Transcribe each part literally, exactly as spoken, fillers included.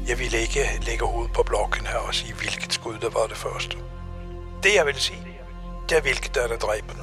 Jeg ville ikke lægge hovedet på blokken her og sige, hvilket skud der var det første. Det jeg vil sige, det er hvilket der er der dræbende.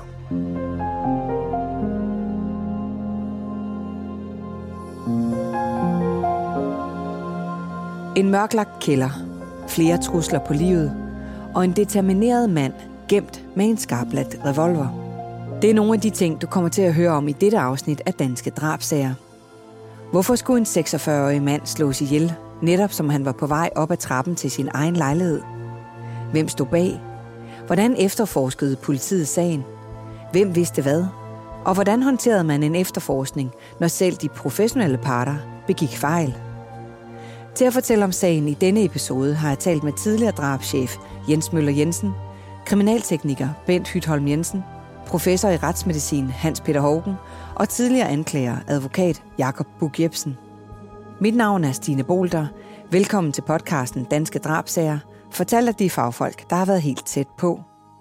En mørklagt kælder, flere trusler på livet og en determineret mand gemt med en skarpladt revolver. Det er nogle af de ting, du kommer til at høre om i dette afsnit af Danske Drabsager. Hvorfor skulle en seksogfyrre-årig mand slås ihjel, netop som han var på vej op ad trappen til sin egen lejlighed? Hvem stod bag? Hvordan efterforskede politiet sagen? Hvem vidste hvad? Og hvordan håndterede man en efterforskning, når selv de professionelle parter begik fejl? Til at fortælle om sagen i denne episode har jeg talt med tidligere drabschef Jens Møller Jensen, kriminaltekniker Bent Hytholm Jensen, professor i retsmedicin Hans Peter Haugen og tidligere anklager advokat Jakob Buch Jepsen. Mit navn er Stine Bolter. Velkommen til podcasten Danske Drabsager, fortalt af de fagfolk, der har været helt tæt på.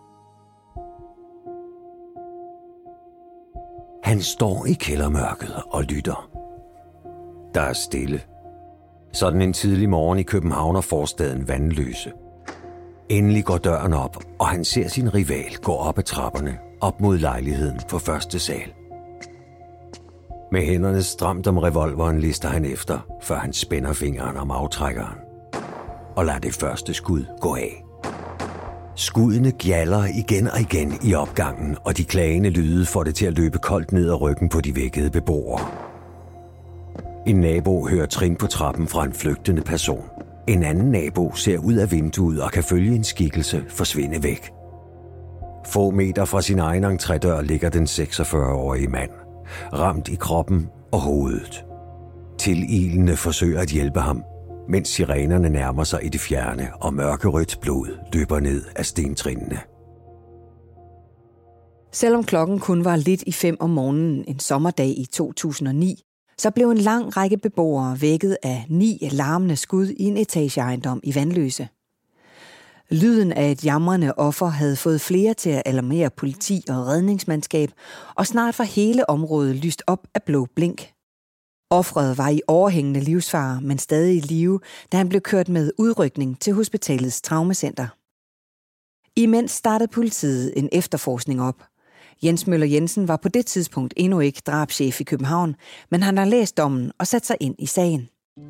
Han står i kældermørket og lytter. Der er stille. Sådan en tidlig morgen i København og forstaden Vanløse. Endelig går døren op, og han ser sin rival gå op ad trapperne, op mod lejligheden på første sal. Med hænderne stramt om revolveren lister han efter, før han spænder fingeren om aftrækkeren. Og lader det første skud gå af. Skuddene gjalder igen og igen i opgangen, og de klagende lyde får det til at løbe koldt ned ad ryggen på de vækkede beboere. En nabo hører trin på trappen fra en flygtende person. En anden nabo ser ud af vinduet og kan følge en skikkelse forsvinde væk. Få meter fra sin egen entrédør ligger den seksogfyrre-årige mand, ramt i kroppen og hovedet. Tililende forsøger at hjælpe ham, mens sirenerne nærmer sig i det fjerne, og mørkerødt blod løber ned af stentrinene. Selvom klokken kun var lidt i fem om morgenen en sommerdag i to tusind og ni, så blev en lang række beboere vækket af ni larmende skud i en etageejendom i Vanløse. Lyden af et jamrende offer havde fået flere til at alarmere politi og redningsmandskab, og snart var hele området lyst op af blå blink. Offeret var i overhængende livsfare, men stadig i live, da han blev kørt med udrykning til hospitalets traumacenter. Imens startede politiet en efterforskning op. Jens Møller Jensen var på det tidspunkt endnu ikke drabschef i København, men han har læst dommen og sat sig ind i sagen.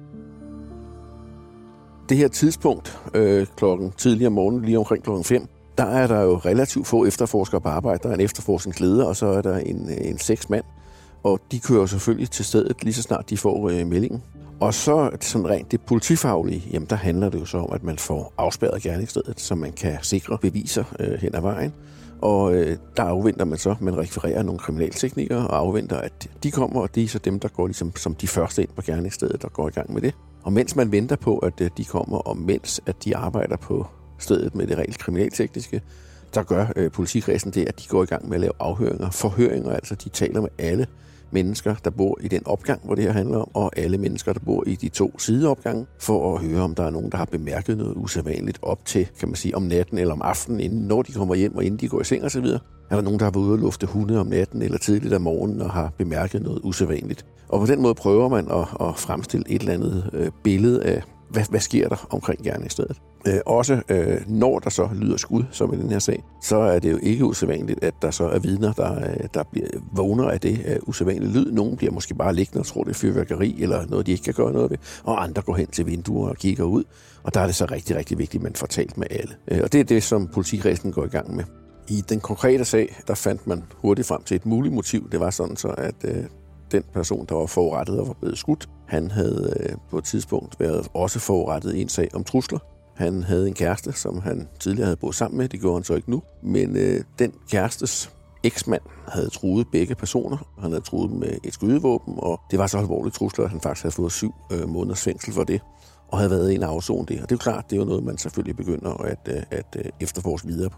Det her tidspunkt, øh, klokken tidligere morgen, lige omkring klokken fem, der er der jo relativt få efterforskere på arbejde. Der er en efterforskningsleder, og så er der en, en seks mand. Og de kører selvfølgelig til stedet, lige så snart de får øh, meldingen. Og så sådan rent det politifaglige, jamen der handler det jo så om, at man får afspærret gerningsstedet, så man kan sikre beviser øh, hen ad vejen. Og øh, der afventer man så, man rekvirerer nogle kriminalteknikere og afventer, at de kommer, og det er så dem, der går ligesom som de første ind på gerningsstedet, der går i gang med det. Og mens man venter på, at øh, de kommer, og mens at de arbejder på stedet med det rent kriminaltekniske, der gør øh, politikredsen det, at de går i gang med at lave afhøringer, forhøringer, altså de taler med alle mennesker, der bor i den opgang, hvor det her handler om, og alle mennesker, der bor i de to sideopgange, for at høre, om der er nogen, der har bemærket noget usædvanligt op til, kan man sige, om natten eller om aftenen, inden når de kommer hjem og inden de går i seng osv. Er der nogen, der har været ude og lufte hunde om natten eller tidligt om morgenen og har bemærket noget usædvanligt. Og på den måde prøver man at, at fremstille et eller andet øh, billede af, hvad, hvad sker der omkring gerningsstedet. Øh, også øh, når der så lyder skud, som i den her sag, så er det jo ikke usædvanligt, at der så er vidner, der, der bliver vågner af det af usædvanlig lyd. Nogle bliver måske bare liggende og tror, det er fyrværkeri eller noget, de ikke kan gøre noget ved, og andre går hen til vinduer og kigger ud. Og der er det så rigtig, rigtig vigtigt, at man får talt med alle. Øh, og det er det, som politikredsen går i gang med. I den konkrete sag, der fandt man hurtigt frem til et muligt motiv. Det var sådan så, at øh, den person, der var forurettet og var blevet skudt, han havde øh, på et tidspunkt været også forurettet i en sag om trusler. Han havde en kæreste, som han tidligere havde boet sammen med. Det gjorde han så ikke nu. Men øh, den kærestes eksmand havde truet begge personer. Han havde truet dem med et skydevåben, og det var så alvorligt trusler, at han faktisk havde fået syv øh, måneders fængsel for det, og havde været i en afzone det. Og det er jo klart, det er jo noget, man selvfølgelig begynder at, at, at efterforske videre på.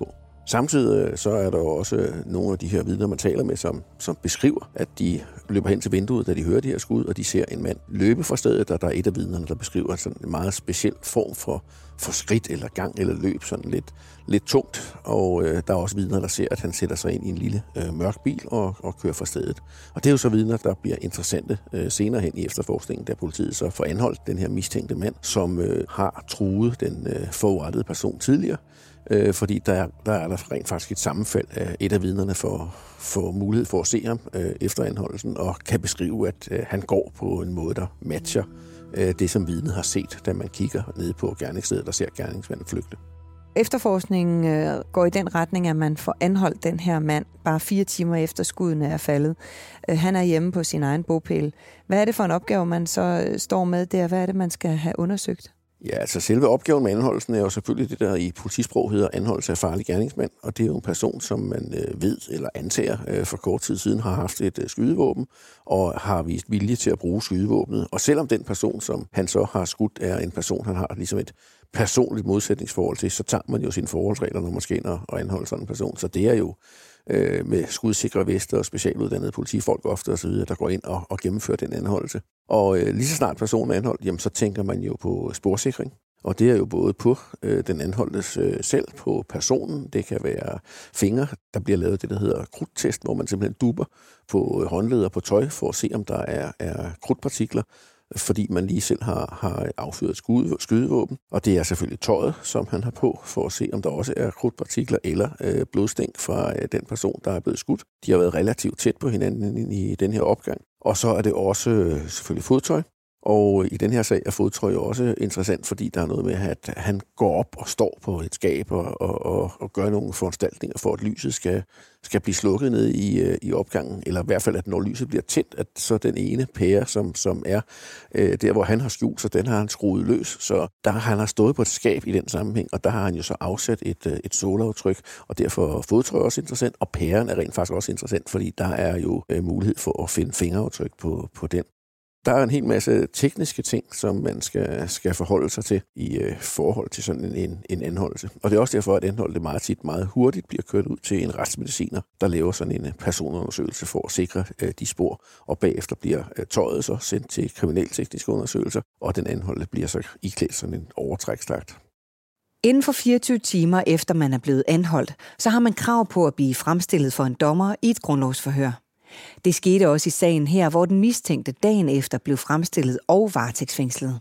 Samtidig så er der også nogle af de her vidner, man taler med, som, som beskriver, at de løber hen til vinduet, da de hører de her skud, og de ser en mand løbe fra stedet, og der er et af vidnerne, der beskriver sådan en meget speciel form for, for skridt eller gang eller løb, sådan lidt, lidt tungt. Og øh, der er også vidner, der ser, at han sætter sig ind i en lille øh, mørk bil og, og kører fra stedet. Og det er jo så vidner, der bliver interessante øh, senere hen i efterforskningen, da politiet så får anholdt den her mistænkte mand, som øh, har truet den øh, forurettede person tidligere. Øh, fordi der, der er der rent faktisk et sammenfald af et af vidnerne for, for mulighed for at se ham øh, efter anholdelsen, og kan beskrive, at øh, han går på en måde, der matcher øh, det, som vidnet har set, da man kigger ned på gerningsstedet og ser gerningsmanden flygte. Efterforskningen øh, går i den retning, at man får anholdt den her mand bare fire timer efter skuddene er faldet. Øh, han er hjemme på sin egen bopæl. Hvad er det for en opgave, man så øh, står med der? Hvad er det, man skal have undersøgt? Ja, altså selve opgaven med anholdelsen er jo selvfølgelig det, der i politisprog hedder anholdelse af farlig gerningsmand, og det er jo en person, som man øh, ved eller antager øh, for kort tid siden har haft et øh, skydevåben og har vist vilje til at bruge skydevåbnet. Og selvom den person, som han så har skudt, er en person, han har ligesom et personligt modsætningsforhold til, så tager man jo sine forholdsregler, når man skal ind og anholde sådan en person. Så det er jo øh, med skudsikre veste og specialuddannede politifolk ofte osv., der går ind og, og gennemfører den anholdelse. Og øh, lige så snart personen er anholdt, jamen, så tænker man jo på sporsikring. Og det er jo både på øh, den anholdtes øh, selv, på personen. Det kan være fingre. Der bliver lavet det, der hedder krudttest, hvor man simpelthen dupper på øh, håndleder på tøj for at se, om der er, er krudtpartikler, fordi man lige selv har, har affyret skud, skydevåben. Og det er selvfølgelig tøjet, som han har på, for at se, om der også er krudtpartikler eller øh, blodstænk fra øh, den person, der er blevet skudt. De har været relativt tæt på hinanden i den her opgang. Og så er det også øh, selvfølgelig fodtøj. Og i den her sag er fodtøj også interessant, fordi der er noget med, at han går op og står på et skab og, og, og, og gør nogle foranstaltninger for, at lyset skal, skal blive slukket ned i, i opgangen, eller i hvert fald, at når lyset bliver tændt, at så den ene pære, som, som er øh, der, hvor han har skjult, så den har han skruet løs. Så der har han har stået på et skab i den sammenhæng, og der har han jo så afsat et, et solaftryk, og derfor er fodtøj også interessant, og pæren er rent faktisk også interessant, fordi der er jo øh, mulighed for at finde fingeraftryk på, på den. Der er en hel masse tekniske ting, som man skal, skal forholde sig til i øh, forhold til sådan en, en anholdelse. Og det er også derfor, at anholdet meget tit meget hurtigt bliver kørt ud til en retsmediciner, der laver sådan en personundersøgelse for at sikre øh, de spor, og bagefter bliver øh, tøjet så sendt til kriminaltekniske undersøgelser, og den anholdte bliver så iklædt sådan en overtræksdragt. Inden for fireogtyve timer efter man er blevet anholdt, så har man krav på at blive fremstillet for en dommer i et grundlovsforhør. Det skete også i sagen her, hvor den mistænkte dagen efter blev fremstillet og varetægtsfængslet.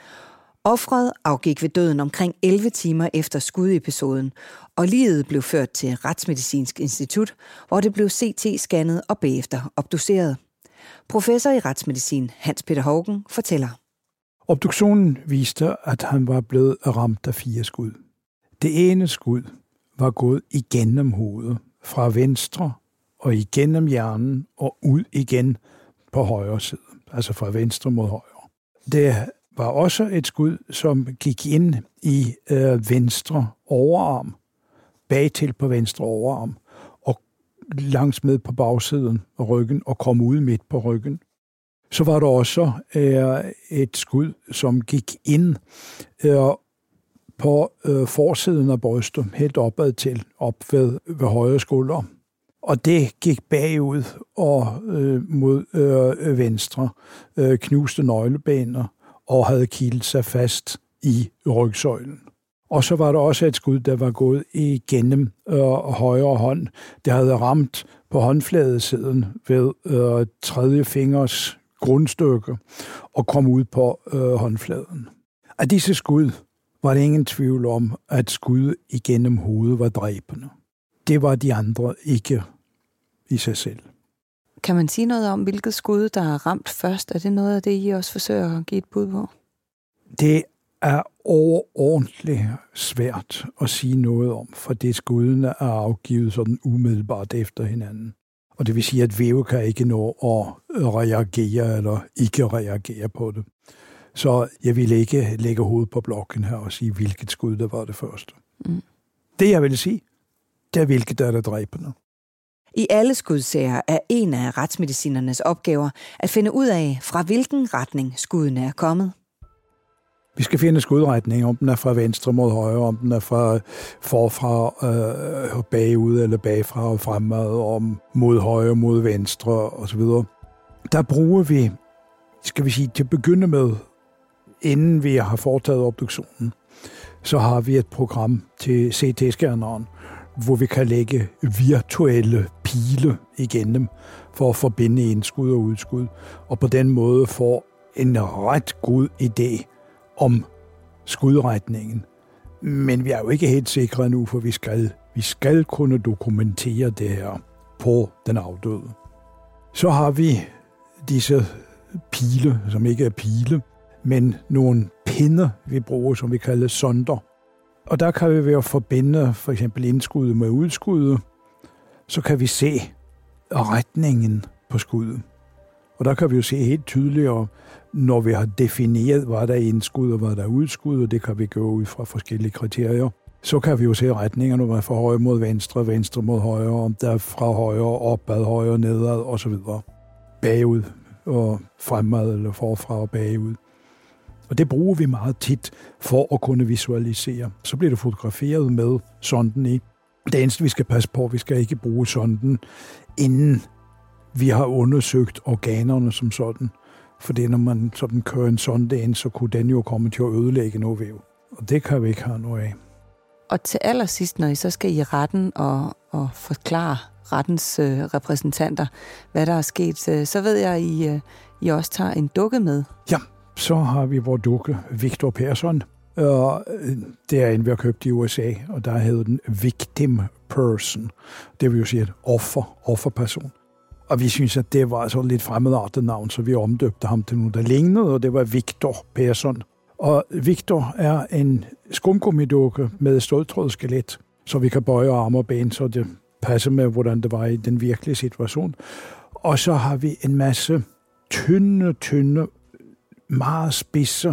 Offeret afgik ved døden omkring elleve timer efter skudepisoden, og liget blev ført til Retsmedicinsk Institut, hvor det blev C T-scannet og bagefter obduceret. Professor i retsmedicin Hans Peter Haugen fortæller. Obduktionen viste, at han var blevet ramt af fire skud. Det ene skud var gået igennem hovedet fra venstre og igennem hjernen og ud igen på højre side, altså fra venstre mod højre. Det var også et skud, som gik ind i øh, venstre overarm, bagtil på venstre overarm, og langs med på bagsiden af ryggen og kom ud midt på ryggen. Så var der også øh, et skud, som gik ind øh, på øh, forsiden af brystet, helt opad til, op ved, ved højre skulder. Og det gik bagud og øh, mod øh, venstre, øh, knuste nøglebener og havde kilet sig fast i rygsøjlen. Og så var der også et skud, der var gået igennem øh, højre hånd. Det havde ramt på håndfladesiden ved øh, tredje fingers grundstykke og kom ud på øh, håndfladen. Af disse skud var der ingen tvivl om, at skud igennem hovedet var dræbende. Det var de andre ikke i sig selv. Kan man sige noget om, hvilket skud, der er ramt først? Er det noget af det, I også forsøger at give et bud på? Det er overordentligt svært at sige noget om, for det skuddene er afgivet sådan umiddelbart efter hinanden. Og det vil sige, at væve kan ikke nå at reagere eller ikke reagere på det. Så jeg vil ikke lægge hovedet på blokken her og sige, hvilket skud der var det første. Mm. Det jeg vil sige, det er hvilket der er det dræbende. I alle skudsager er en af retsmedicinernes opgaver at finde ud af, fra hvilken retning skuddene er kommet. Vi skal finde skudretning, om den er fra venstre mod højre, om den er fra forfra øh, og bagud, eller bagfra og fremad, om mod højre, mod venstre osv. Der bruger vi, skal vi sige, til at begynde med, inden vi har foretaget obduktionen, så har vi et program til C T-skanneren, hvor vi kan lægge virtuelle pile igennem for at forbinde indskud og udskud, og på den måde få en ret god idé om skudretningen. Men vi er jo ikke helt sikre nu, for vi skal, vi skal kunne dokumentere det her på den afdøde. Så har vi disse pile, som ikke er pile, men nogle pinde, vi bruger, som vi kalder sonder. Og der kan vi ved at forbinde for eksempel indskuddet med udskuddet, så kan vi se retningen på skuddet. Og der kan vi jo se helt tydeligere, når vi har defineret, hvad der er indskud og hvad der er udskud, og det kan vi gå ud fra forskellige kriterier. Så kan vi jo se retninger, når man er fra højre mod venstre, venstre mod højre, om der er fra højre, opad, højre, nedad osv. Bagud og fremad, eller forfra og bagud. Og det bruger vi meget tit for at kunne visualisere. Så bliver det fotograferet med sonden i. Det eneste, vi skal passe på, vi skal ikke bruge sonden, inden vi har undersøgt organerne som sådan. For det, når man sådan kører en sonde ind, så kunne den jo komme til at ødelægge noget væv. Og det kan vi ikke have noget af. Og til allersidst, når I så skal i retten og, og forklare rettens øh, repræsentanter, hvad der er sket, øh, så ved jeg, at I, øh, I også tager en dukke med. Ja, så har vi vores dukke, Victor Persson. Og det er en, vi har købt i U S A, og der hedder den Victim Person. Det vil jo sige et offer, offerperson. Og vi synes, at det var så lidt fremmedartet navn, så vi omdøbte ham til noget, der lignede, og det var Victor Persson. Og Victor er en skumgummidukke med ståltrådsskelet, så vi kan bøje arme og ben, så det passer med, hvordan det var i den virkelige situation. Og så har vi en masse tynde, tynde, meget spidse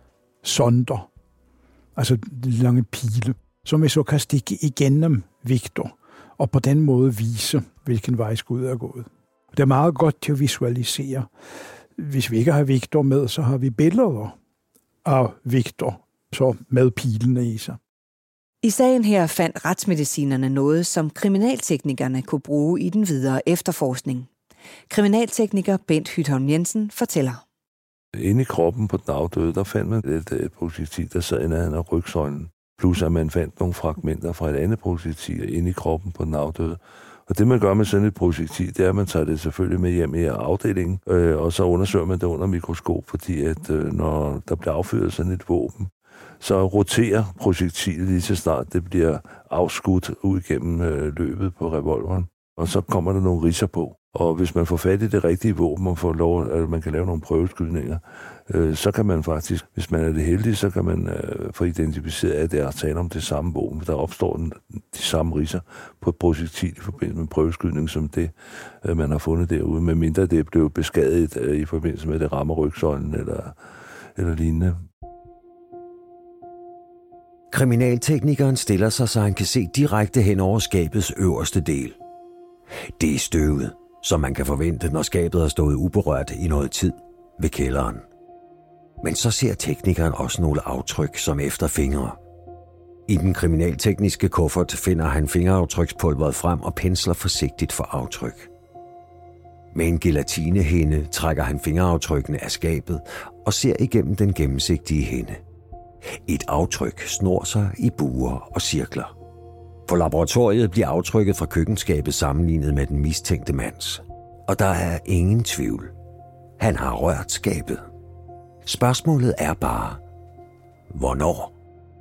sonder, altså lange pile, som vi så kan stikke igennem Victor, og på den måde vise, hvilken vej skuddet er gået. Det er meget godt til at visualisere. Hvis vi ikke har Victor med, så har vi billeder af Victor, så med pilene i sig. I sagen her fandt retsmedicinerne noget, som kriminalteknikerne kunne bruge i den videre efterforskning. Kriminaltekniker Bent Hytholm Jensen fortæller. Inde i kroppen på den afdøde, der fandt man et, et projektil, der sad i nærheden af rygsøjlen. Plus at man fandt nogle fragmenter fra et andet projektil inde i kroppen på den afdøde. Og det, man gør med sådan et projektil, det er, at man tager det selvfølgelig med hjem i afdelingen, øh, og så undersøger man det under mikroskop, fordi at øh, når der bliver affyret sådan et våben, så roterer projektilet lige så snart det bliver afskudt ud igennem øh, løbet på revolveren. Og så kommer der nogle ridser på. Og hvis man får fat i det rigtige våben og får lov, at man kan lave nogle prøveskydninger, øh, så kan man faktisk, hvis man er det heldige, så kan man øh, få identificeret, at det er tale om det samme våben. Der opstår den, de samme ridser på et projektil i forbindelse med prøveskydning, som det, øh, man har fundet derude, medmindre det blev beskadiget øh, i forbindelse med, at det rammer rygsøjlen eller, eller lignende. Kriminalteknikeren stiller sig, så han kan se direkte hen over skabets øverste del. Det er støvet, som man kan forvente, når skabet har stået uberørt i noget tid ved kælderen. Men så ser teknikeren også nogle aftryk som efter fingre. I den kriminaltekniske kuffert finder han fingeraftrykspulveret frem og pensler forsigtigt for aftryk. Med en gelatinehinde trækker han fingeraftrykkene af skabet og ser igennem den gennemsigtige hinde. Et aftryk snor sig i buer og cirkler. På laboratoriet bliver aftrykket fra køkkenskabet sammenlignet med den mistænkte mands. Og der er ingen tvivl. Han har rørt skabet. Spørgsmålet er bare, hvornår?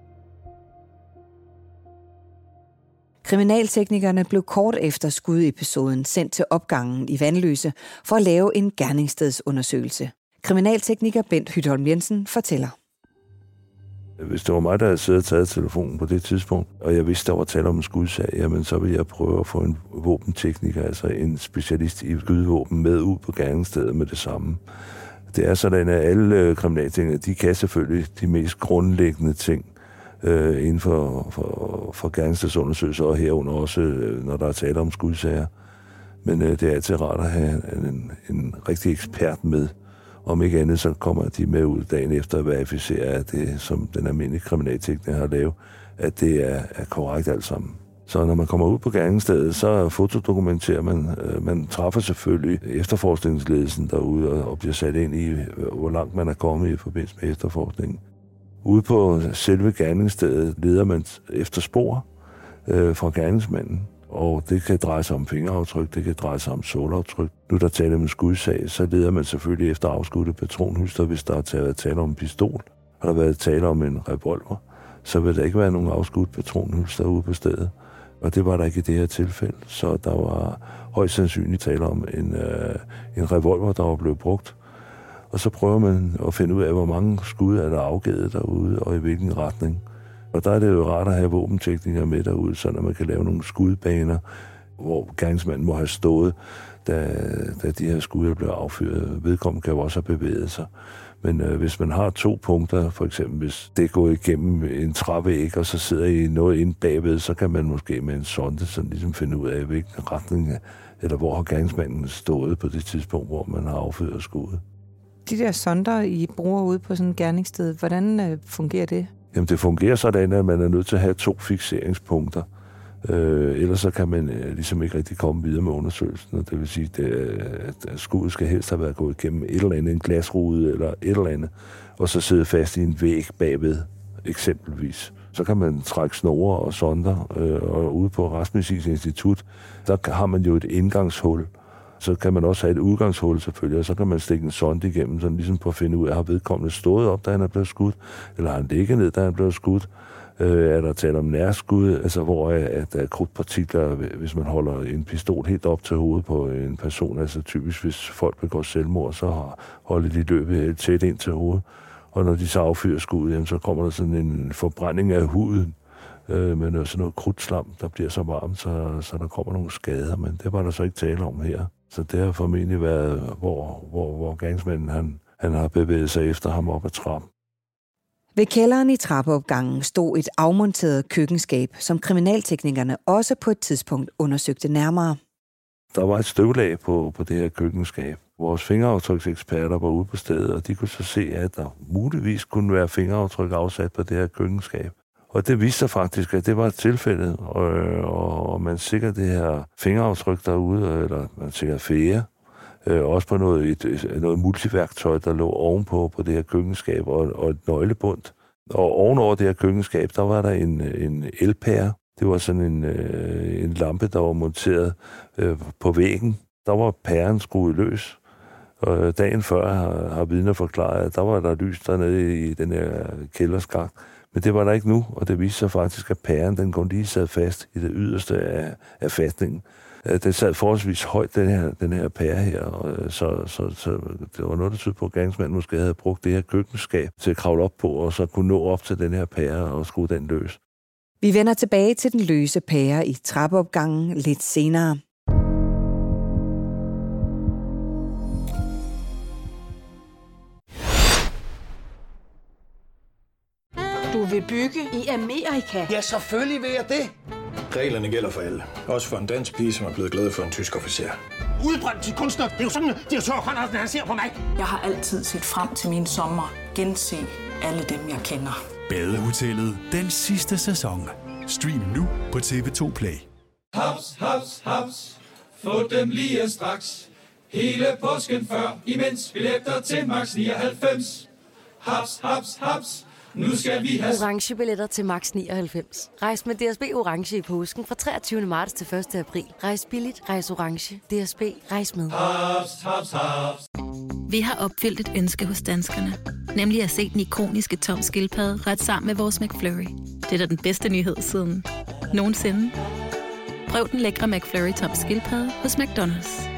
Kriminalteknikerne blev kort efter skudepisoden sendt til opgangen i Vanløse for at lave en gerningsstedsundersøgelse. Kriminaltekniker Bent Hytholm Jensen fortæller. Hvis det var mig, der havde siddet og taget telefonen på det tidspunkt, og jeg vidste, der var tale om en skudsag, jamen så ville jeg prøve at få en våbentekniker, altså en specialist i skydevåben, med ud på gerningsstedet med det samme. Det er sådan, at alle kriminalteknikere, de kan selvfølgelig de mest grundlæggende ting øh, inden for, for, for gerningsstedsundersøgelser, og herunder også, øh, når der er tale om skudsager. Men øh, det er altid rart at have en, en rigtig ekspert med, Om ikke andet, så kommer de med ud dagen efter at verificere, at det, som den almindelige kriminaltekniker har lavet, at det er, er korrekt alt sammen. Så når man kommer ud på gerningsstedet, så fotodokumenterer man. Man træffer selvfølgelig efterforskningsledelsen derude og bliver sat ind i, hvor langt man er kommet i forbindelse med efterforskningen. Ude på selve gerningsstedet leder man efter spor øh, fra gerningsmanden. Og det kan dreje sig om fingeraftryk, det kan dreje sig om sålaftryk. Nu der taler om en skudsag, så leder man selvfølgelig efter afskudte patronhylster, hvis der har været tale om en pistol. Har der været tale om en revolver, så vil der ikke være nogen afskudt patronhylster ude på stedet. Og det var der ikke i det her tilfælde, så der var højst sandsynligt tale om en, øh, en revolver, der var blevet brugt. Og så prøver man at finde ud af, hvor mange skud er der afgivet derude, og i hvilken retning. Og der er det jo rart at have våbenteknikere med derude, så man kan lave nogle skudbaner, hvor gerningsmanden må have stået, da, da de her skud blev affyret. Vedkommende kan jo også have bevæget sig. Men øh, hvis man har to punkter, for eksempel hvis det går igennem en trævæg, og så sidder I noget inde bagved, så kan man måske med en sonde sådan ligesom finde ud af, hvilken retning, eller hvor har gerningsmanden stået på det tidspunkt, hvor man har affyret skuddet. De der sonder, I bruger ude på sådan et gerningssted, hvordan øh, fungerer det? Jamen det fungerer sådan, at man er nødt til at have to fikseringspunkter. Øh, ellers så kan man øh, ligesom ikke rigtig komme videre med undersøgelsen. Og det vil sige, det, at skuddet skal helst have været gået igennem et eller andet, en glasrude eller et eller andet, og så sidde fast i en væg bagved, eksempelvis. Så kan man trække snore og sonder, øh, og ude på Retsmedicinsk Institut, der har man jo et indgangshul. Så kan man også have et udgangshul selvfølgelig, og så kan man stikke en sonde igennem, sådan ligesom på at finde ud af, har vedkommende stået op, da han er blevet skudt, eller har han ligget ned, da han er blevet skudt. Øh, er der tale om nærskud, altså hvor at der er krudtpartikler, hvis man holder en pistol helt op til hovedet på en person, altså typisk hvis folk begår selvmord, så holder de løbet tæt ind til hovedet, og når de så affyrer skuddet, jamen, så kommer der sådan en forbrænding af huden, øh, med noget, sådan noget krudtslam, der bliver så varmt, så, så der kommer nogle skader, men det var der så ikke tale om her. Så det har formentlig været, hvor, hvor, hvor gerningsmanden han, han har bevæget sig efter ham op ad trappen. Ved kælderen i trappeopgangen stod et afmonteret køkkenskab, som kriminalteknikerne også på et tidspunkt undersøgte nærmere. Der var et støvlag på, på det her køkkenskab. Vores fingeraftrykseksperter var ude på stedet, og de kunne så se, at der muligvis kunne være fingeraftryk afsat på det her køkkenskab. Og det viste sig faktisk, at det var et tilfælde, og, og man sikrer det her fingeraftryk derude, eller man sikrer fære, øh, også på noget, et, noget multiværktøj, der lå ovenpå på det her køkkenskab, og, og et nøglebund. Og ovenover det her køkkenskab, der var der en, en elpære. Det var sådan en, øh, en lampe, der var monteret øh, på væggen. Der var pæren skruet løs. Og dagen før har, har vidner forklaret, at der var der lys dernede i den her kælderskak. Men det var der ikke nu, og det viste sig faktisk, at pæren den kun lige sad fast i det yderste af, af fastningen. Den sad forholdsvis højt, den her, den her pære her, og så, så, så det var noget, der tyder på, at gerningsmanden måske havde brugt det her køkkenskab til at kravle op på, og så kunne nå op til den her pære og skrue den løs. Vi vender tilbage til den løse pære i trappeopgangen lidt senere. Du vil bygge i Amerika? Ja, selvfølgelig vil jeg det. Reglerne gælder for alle. Også for en dansk pige, som er blevet glad for en tysk officer. Udbrændt til kunstner. Det er jo sådan, at direktør Conradsen, han ser på mig. Jeg har altid set frem til min sommer. Gense alle dem, jeg kender. Badehotellet den sidste sæson. Stream nu på T V to Play. Haps, haps, haps. Få dem lige straks. Hele påsken før, imens billetter til max nioghalvfems. Haps, haps, haps. Nu skal vi have orange billetter til max nioghalvfems. Rejs med D S B orange i påsken fra treogtyvende marts til første april. Rejs billigt, rejs orange. D S B, rejs med. Haps, haps, haps. Vi har opfyldt et ønske hos danskerne, nemlig at se den ikoniske Tom Skildpadde ret sammen med vores McFlurry. Det er da den bedste nyhed siden nogensinde. Prøv den lækre McFlurry Tom Skildpadde hos McDonald's.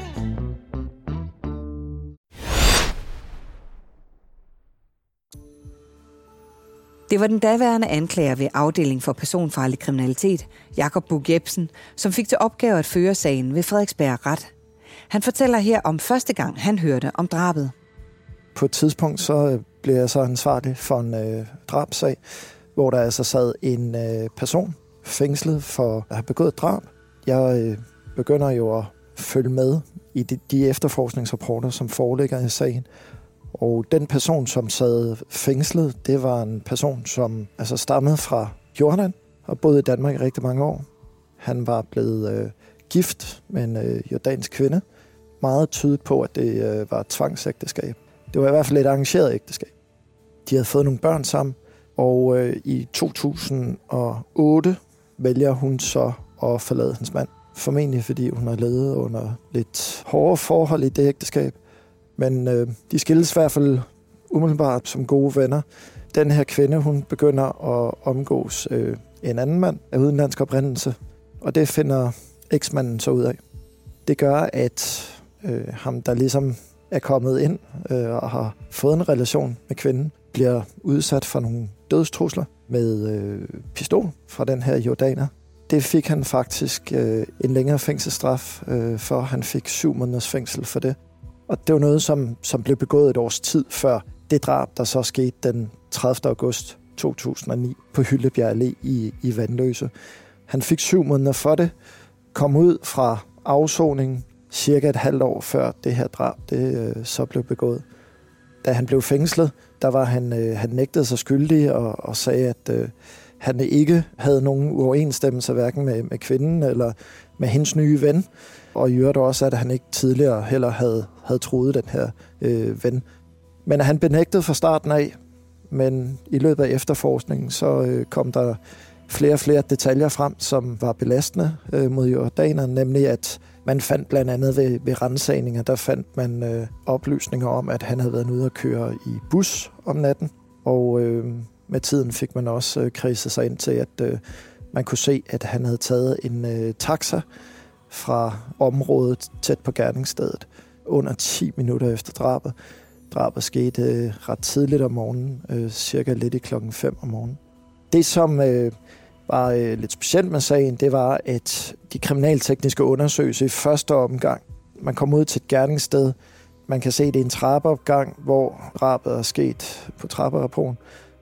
Det var den daværende anklager ved afdeling for personfarlig kriminalitet, Jakob Buch Jepsen, som fik til opgave at føre sagen ved Frederiksberg Ret. Han fortæller her om første gang, han hørte om drabet. På et tidspunkt så blev jeg så ansvarlig for en øh, drabsag, hvor der altså sad en øh, person fængslet for at have begået drab. Jeg øh, begynder jo at følge med i de, de efterforskningsrapporter, som foreligger i sagen, Og den person, som sad fængslet, det var en person, som altså stammede fra Jordan og boede i Danmark i rigtig mange år. Han var blevet øh, gift med en øh, jordansk kvinde. Meget tydet på, at det øh, var et tvangsægteskab. Det var i hvert fald et arrangeret ægteskab. De havde fået nogle børn sammen, og øh, i to tusind og otte vælger hun så at forlade hans mand. Formentlig fordi hun har levet under lidt hårde forhold i det ægteskab. Men øh, de skilles i hvert fald umiddelbart som gode venner. Den her kvinde, hun begynder at omgås øh, en anden mand af udenlandsk oprindelse, og det finder eksmanden så ud af. Det gør, at øh, ham, der ligesom er kommet ind øh, og har fået en relation med kvinden, bliver udsat for nogle dødstrusler med øh, pistol fra den her jordaner. Det fik han faktisk øh, en længere fængselsstraf øh, for. Han fik syv måneders fængsel for det. Og det var noget, som, som blev begået et års tid før det drab, der så skete den tredivte august to tusind og ni på Hyllebjerg Allé i, i Vanløse. Han fik syv måneder for det, kom ud fra afsoningen cirka et halvt år før det her drab det, øh, så blev begået. Da han blev fængslet, der var han, øh, han nægtede sig skyldig og, og sagde, at øh, han ikke havde nogen uoverensstemmelse hverken med, med kvinden eller med hendes nye ven. Og i øvrigt også, at han ikke tidligere heller havde, havde troet den her øh, ven. Men han benægtede fra starten af, men i løbet af efterforskningen, så øh, kom der flere og flere detaljer frem, som var belastende øh, mod jordanerne, nemlig at man fandt blandt andet ved, ved ransagninger, der fandt man øh, oplysninger om, at han havde været ude at køre i bus om natten, og øh, med tiden fik man også øh, kredset sig ind til, at øh, man kunne se, at han havde taget en øh, taxa fra området tæt på gerningsstedet under ti minutter efter drabet. Drabet skete øh, ret tidligt om morgenen, øh, cirka lidt i klokken fem om morgenen. Det, som øh, var øh, lidt specielt med sagen, det var, at de kriminaltekniske undersøgelser i første omgang, man kom ud til et gerningssted, man kan se, det er en trappeopgang, hvor drabet er sket på trapperapporten,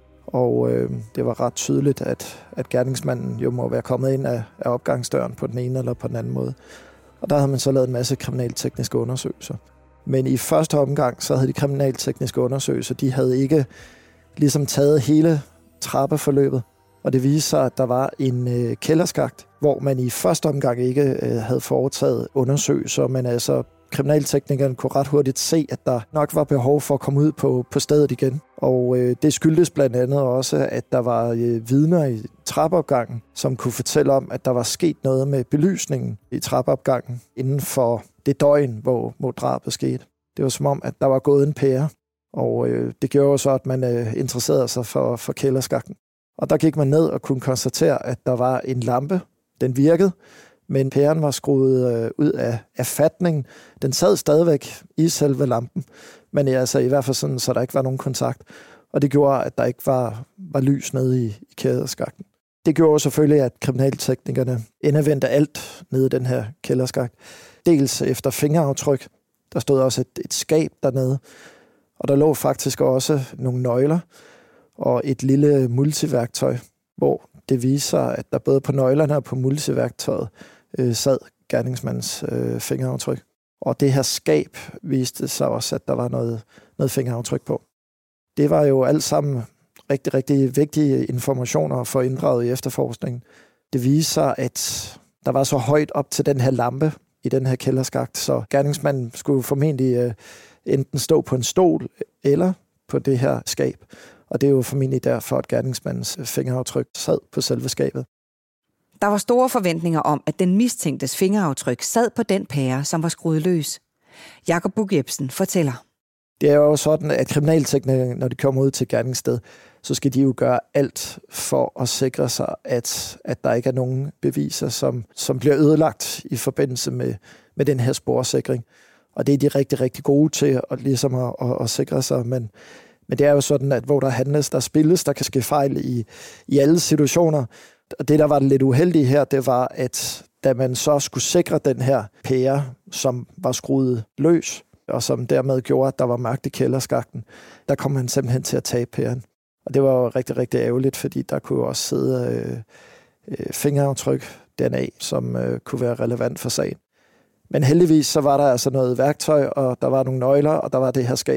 og øh, det var ret tydeligt, at, at gerningsmanden jo må være kommet ind af, af opgangsdøren på den ene eller på den anden måde. Og der havde man så lavet en masse kriminaltekniske undersøgelser. Men i første omgang, så havde de kriminaltekniske undersøgelser, de havde ikke ligesom taget hele trappeforløbet. Og det viste sig, at der var en øh, kælderskakt, hvor man i første omgang ikke øh, havde foretaget undersøgelser, men altså kriminalteknikeren kunne ret hurtigt se, at der nok var behov for at komme ud på, på stedet igen. Og øh, det skyldtes blandt andet også, at der var øh, vidner i trappeopgangen, som kunne fortælle om, at der var sket noget med belysningen i trappeopgangen inden for det døgn, hvor, hvor drabet skete. Det var som om, at der var gået en pære, og øh, det gjorde så, at man øh, interesserede sig for, for kælderskakten. Og der gik man ned og kunne konstatere, at der var en lampe. Den virkede, men pæren var skruet øh, ud af, af fatningen. Den sad stadigvæk i selve lampen, men altså i hvert fald sådan, så der ikke var nogen kontakt. Og det gjorde, at der ikke var, var lys nede i, i kælderskakten. Det gjorde selvfølgelig, at kriminalteknikerne indevendte alt nede i den her kælderskakt. Dels efter fingeraftryk. Der stod også et, et skab dernede, og der lå faktisk også nogle nøgler og et lille multiværktøj, hvor det viser, at der både på nøglerne og på multiværktøjet øh, sad gerningsmandens øh, fingeraftryk. Og det her skab viste sig også, at der var noget, noget fingeraftryk på. Det var jo alt sammen rigtig, rigtig vigtige informationer for inddraget i efterforskningen. Det viser, at der var så højt op til den her lampe i den her kælderskakt, så gerningsmanden skulle formentlig øh, enten stå på en stol eller på det her skab. Og det er jo formentlig derfor, at gerningsmandens fingeraftryk sad på selve skabet. Der var store forventninger om, at den mistænktes fingeraftryk sad på den pære, som var skruet løs. Jakob Buch Jepsen fortæller. Det er jo sådan, at kriminalteknikere, når de kommer ud til gerningssted, så skal de jo gøre alt for at sikre sig, at, at der ikke er nogen beviser, som, som bliver ødelagt i forbindelse med, med den her sporsikring. Og det er de rigtig, rigtig gode til at, ligesom at, at, at sikre sig, men Men det er jo sådan, at hvor der handles, der spilles, der kan ske fejl i, i alle situationer. Og det, der var lidt uheldige her, det var, at da man så skulle sikre den her pære, som var skruet løs, og som dermed gjorde, at der var mørkt i kælderskakten, der kom man simpelthen til at tabe pæren. Og det var jo rigtig, rigtig ærgerligt, fordi der kunne også sidde øh, øh, fingeraftryk D N A, som øh, kunne være relevant for sagen. Men heldigvis så var der altså noget værktøj, og der var nogle nøgler, og der var det her skab.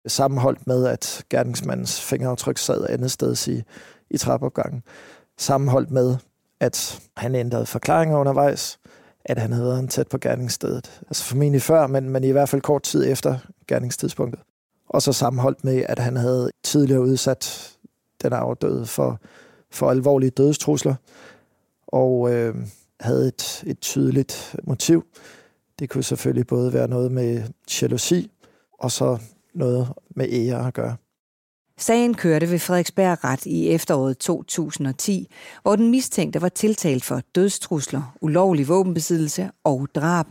Sammenholdt med, at gerningsmandens fingeraftryk sad andet sted i, i trappeopgangen. Sammenholdt med, at han ændrede forklaringer undervejs, at han havde været tæt på gerningsstedet. Altså formentlig før, men, men i hvert fald kort tid efter gerningstidspunktet. Og så sammenholdt med, at han havde tidligere udsat den afdøde for, for alvorlige dødstrusler, og øh, havde et, et tydeligt motiv. Det kunne selvfølgelig både være noget med jalousi, og så noget med ære at gøre. Sagen kørte ved Frederiksberg Ret i efteråret to tusind og ti, hvor den mistænkte var tiltalt for dødstrusler, ulovlig våbenbesiddelse og drab.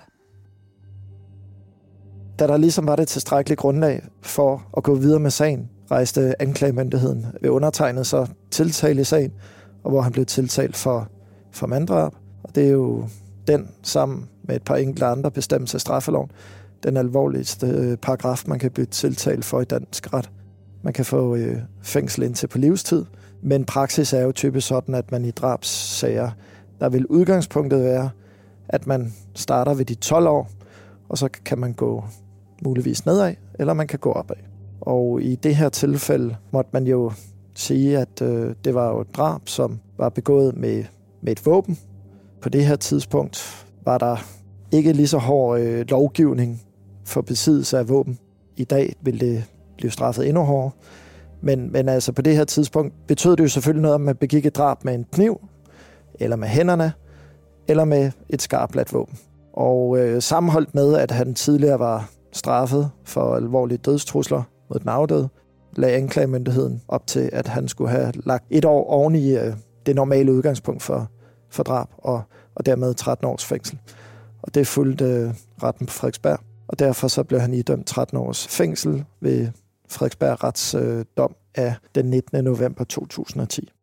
Da der ligesom var det tilstrækkeligt grundlag for at gå videre med sagen, rejste anklagemyndigheden ved undertegnet så tiltale i sagen, og hvor han blev tiltalt for, for manddrab. Og det er jo den sammen med et par enkelte andre bestemmelser af straffeloven, den alvorligste paragraf, man kan blive tiltalt for i dansk ret. Man kan få øh, fængsel indtil på livstid, men praksis er jo typisk sådan, at man i drabssager, der vil udgangspunktet være, at man starter ved de tolv år, og så kan man gå muligvis nedad, eller man kan gå opad. Og i det her tilfælde måtte man jo sige, at øh, det var jo et drab, som var begået med, med et våben. På det her tidspunkt var der ikke lige så hård øh, lovgivning for besiddelse af våben. I dag vil det blive straffet endnu hårdere. Men, men altså på det her tidspunkt betød det jo selvfølgelig noget, om man begik et drab med en kniv, eller med hænderne, eller med et skarpladt våben. Og øh, sammenholdt med, at han tidligere var straffet for alvorlige dødstrusler mod den afdøde, lagde anklagemyndigheden op til, at han skulle have lagt et år oven i øh, det normale udgangspunkt for, for drab, og, og dermed tretten års fængsel. Og det fulgte øh, retten på Frederiksberg, og derfor så blev han idømt tretten års fængsel ved Frederiksberg Rets øh, dom af den nittende november to tusind og ti.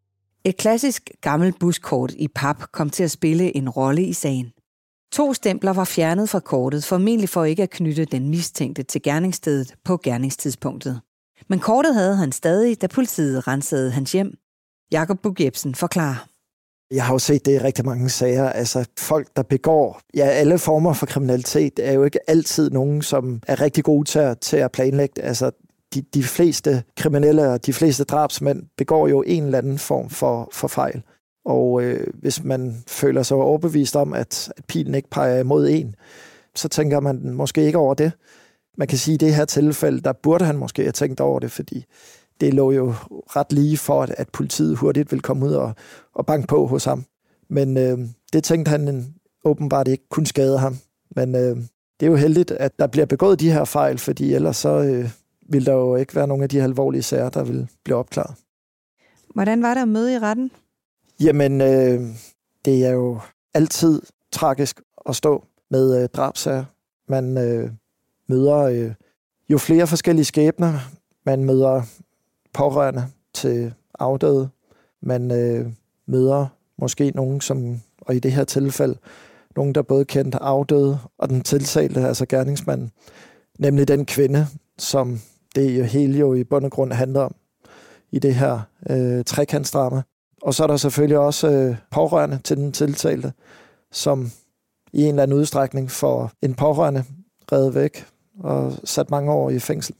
Et klassisk gammelt buskort i pap kom til at spille en rolle i sagen. To stempler var fjernet fra kortet, formentlig for ikke at knytte den mistænkte til gerningsstedet på gerningstidspunktet. Men kortet havde han stadig, da politiet rensede hans hjem. Jakob Buch Jepsen forklarer. Jeg har jo set det i rigtig mange sager. Altså folk, der begår ja, alle former for kriminalitet, er jo ikke altid nogen, som er rigtig gode til at, til at planlægge. Altså de, de fleste kriminelle og de fleste drabsmænd begår jo en eller anden form for, for fejl. Og øh, hvis man føler sig overbevist om, at, at pilen ikke peger imod en, så tænker man måske ikke over det. Man kan sige, at i det her tilfælde, der burde han måske have tænkt over det, fordi det lå jo ret lige for, at, at politiet hurtigt ville komme ud og, og banke på hos ham. Men øh, det tænkte han åbenbart ikke kunne skade ham. Men øh, det er jo heldigt, at der bliver begået de her fejl, fordi ellers så øh, ville der jo ikke være nogen af de alvorlige sager, der ville blive opklaret. Hvordan var det at møde i retten? Jamen, øh, det er jo altid tragisk at stå med øh, drabsager. Man øh, møder øh, jo flere forskellige skæbner. Man møder pårørende til afdøde. Man øh, møder måske nogen, som, og i det her tilfælde, nogen, der både kendte afdøde og den tiltalte, altså gerningsmanden. Nemlig den kvinde, som det jo hele jo i bund og grund handler om i det her øh, trekantsdrama. Og så er der selvfølgelig også øh, pårørende til den tiltalte, som i en eller anden udstrækning får en pårørende reddet væk og sat mange år i fængsel.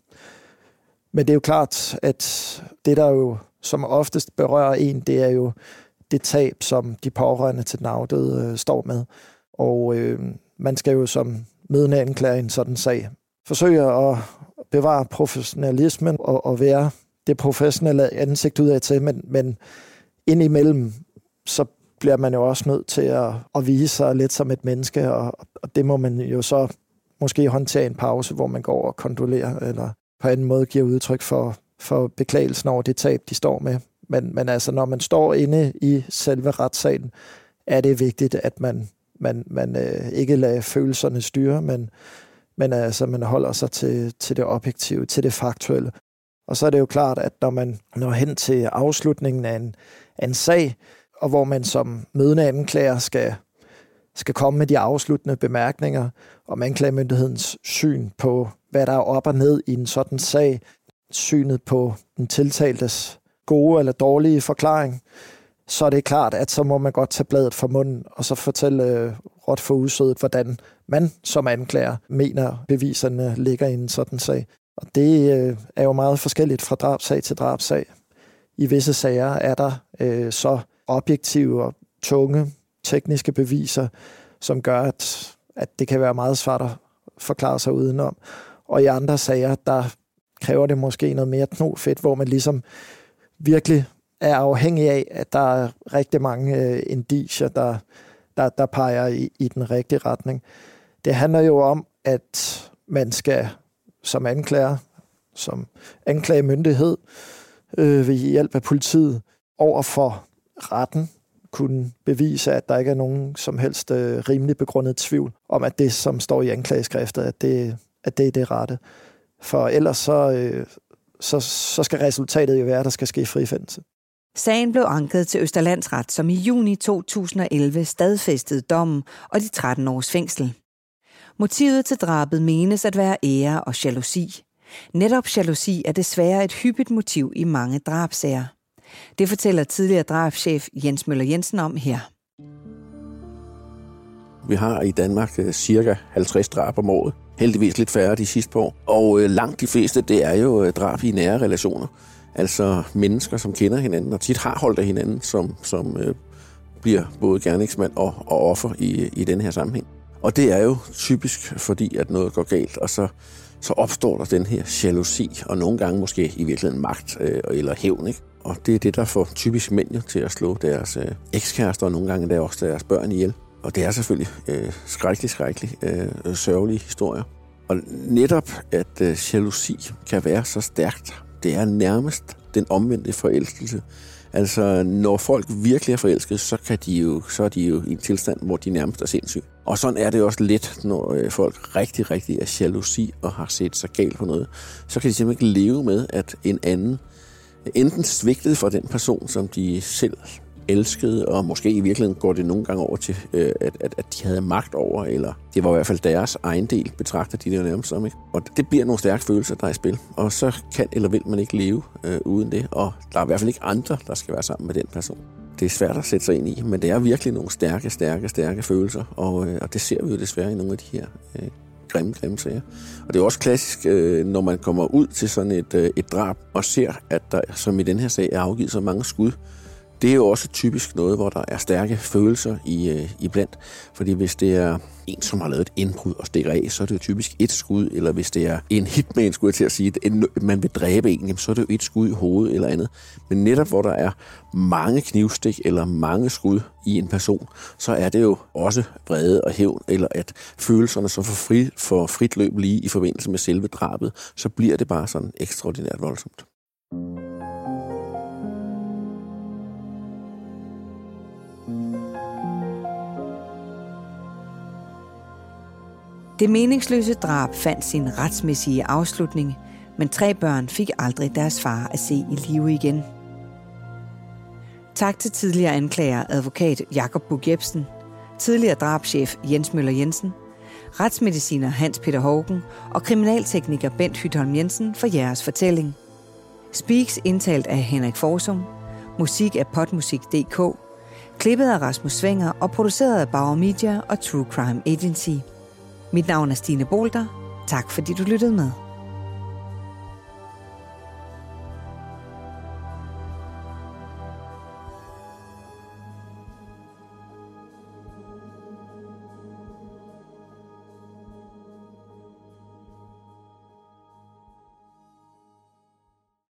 Men det er jo klart, at det, der jo som oftest berører en, det er jo det tab, som de pårørende til den afdøde øh, står med. Og øh, man skal jo som mødende anklager i en sådan sag forsøge at bevare professionalismen og, og være det professionelle ansigt udad til, men, men indimellem, så bliver man jo også nødt til at, at vise sig lidt som et menneske, og, og det må man jo så måske håndtere en pause, hvor man går og kondolerer, eller på en måde giver udtryk for, for beklagelsen over det tab, de står med. Men, men altså, når man står inde i selve retssagen, er det vigtigt, at man, man, man øh, ikke lader følelserne styre, men, men altså, man holder sig til, til det objektive, til det faktuelle. Og så er det jo klart, at når man når hen til afslutningen af en, af en sag, og hvor man som mødende anklager skal, skal komme med de afsluttende bemærkninger om anklagemyndighedens syn på, hvad der er op og ned i en sådan sag, synet på den tiltaltes gode eller dårlige forklaring, så er det klart, at så må man godt tage bladet fra munden, og så fortælle øh, råt for udsødet, hvordan man som anklager mener, beviserne ligger i en sådan sag. Og det øh, er jo meget forskelligt fra drabsag til drabsag. I visse sager er der øh, så objektive og tunge tekniske beviser, som gør, at, at det kan være meget svært at forklare sig udenom. Og i andre sager, der kræver det måske noget mere knofedt, hvor man ligesom virkelig er afhængig af, at der er rigtig mange øh, indicier, der, der, der peger i, i den rigtige retning. Det handler jo om, at man skal som anklager, som anklagemyndighed, øh, ved hjælp af politiet over for retten kunne bevise, at der ikke er nogen som helst øh, rimelig begrundet tvivl om, at det, som står i anklageskriftet, at det, at det er det rette. For ellers så, øh, så, så skal resultatet jo være, at der skal ske frifindelse. Sagen blev anket til Østerlandsret, som i juni to tusind og elleve stadfæstede dommen og de tretten års fængsel. Motivet til drabet menes at være ære og jalousi. Netop jalousi er desværre et hyppigt motiv i mange drabsager. Det fortæller tidligere drabschef Jens Møller Jensen om her. Vi har i Danmark cirka halvtreds drab om året. Heldigvis lidt færre de sidste par år. Og langt de fleste, det er jo drab i nære relationer. Altså mennesker, som kender hinanden og tit har holdt af hinanden, som, som øh, bliver både gerningsmand og, og offer i, i den her sammenhæng. Og det er jo typisk, fordi at noget går galt, og så, så opstår der den her jalousi, og nogle gange måske i virkeligheden magt øh, eller hævn, ikke? Og det er det, der får typisk mænd jo til at slå deres øh, ekskærester, og nogle gange der også deres børn ihjel. Og det er selvfølgelig øh, skrækkelig, skrækkelig, øh, sørgelige historier. Og netop, at øh, jalousi kan være så stærkt, det er nærmest den omvendte forelskelse. Altså, når folk virkelig er forelsket, så, kan de jo, så er de jo i en tilstand, hvor de nærmest er sindssyge. Og sådan er det også lidt, når øh, folk rigtig, rigtig er jalousi og har set sig galt på noget. Så kan de simpelthen ikke leve med, at en anden enten svigtede for den person, som de selv elskede, og måske i virkeligheden går det nogle gange over til, øh, at, at, at de havde magt over, eller det var i hvert fald deres egen del, betragter de det jo nærmest som, ikke? Og det bliver nogle stærke følelser, der er i spil, og så kan eller vil man ikke leve øh, uden det, og der er i hvert fald ikke andre, der skal være sammen med den person. Det er svært at sætte sig ind i, men det er virkelig nogle stærke, stærke, stærke følelser, og, øh, og det ser vi jo desværre i nogle af de her øh, grimme, grimme sager. Og det er også klassisk, øh, når man kommer ud til sådan et, øh, et drab, og ser, at der, som i den her sag, er afgivet så mange skud. Det er jo også typisk noget, hvor der er stærke følelser i, øh, i blandt. Fordi hvis det er en, som har lavet et indbrud og stikker af, så er det jo typisk et skud. Eller hvis det er en hitman, skulle jeg til at sige, at man vil dræbe en, så er det jo et skud i hovedet eller andet. Men netop hvor der er mange knivstik eller mange skud i en person, så er det jo også vrede og hævn, eller at følelserne så får, fri, får frit løb lige i forbindelse med selve drabet, så bliver det bare sådan ekstraordinært voldsomt. Det meningsløse drab fandt sin retsmæssige afslutning, men tre børn fik aldrig deres far at se i live igen. Tak til tidligere anklager advokat Jakob Buch Jepsen, tidligere drabschef Jens Møller Jensen, retsmediciner Hans Peter Haugen og kriminaltekniker Bent Hytholm Jensen for jeres fortælling. Speaks indtalt af Henrik Forsum, musik af Podmusik punktum d k, klippet af Rasmus Swenger og produceret af Bauer Media og True Crime Agency. Mit navn er Stine Bolter. Tak fordi du lyttede med.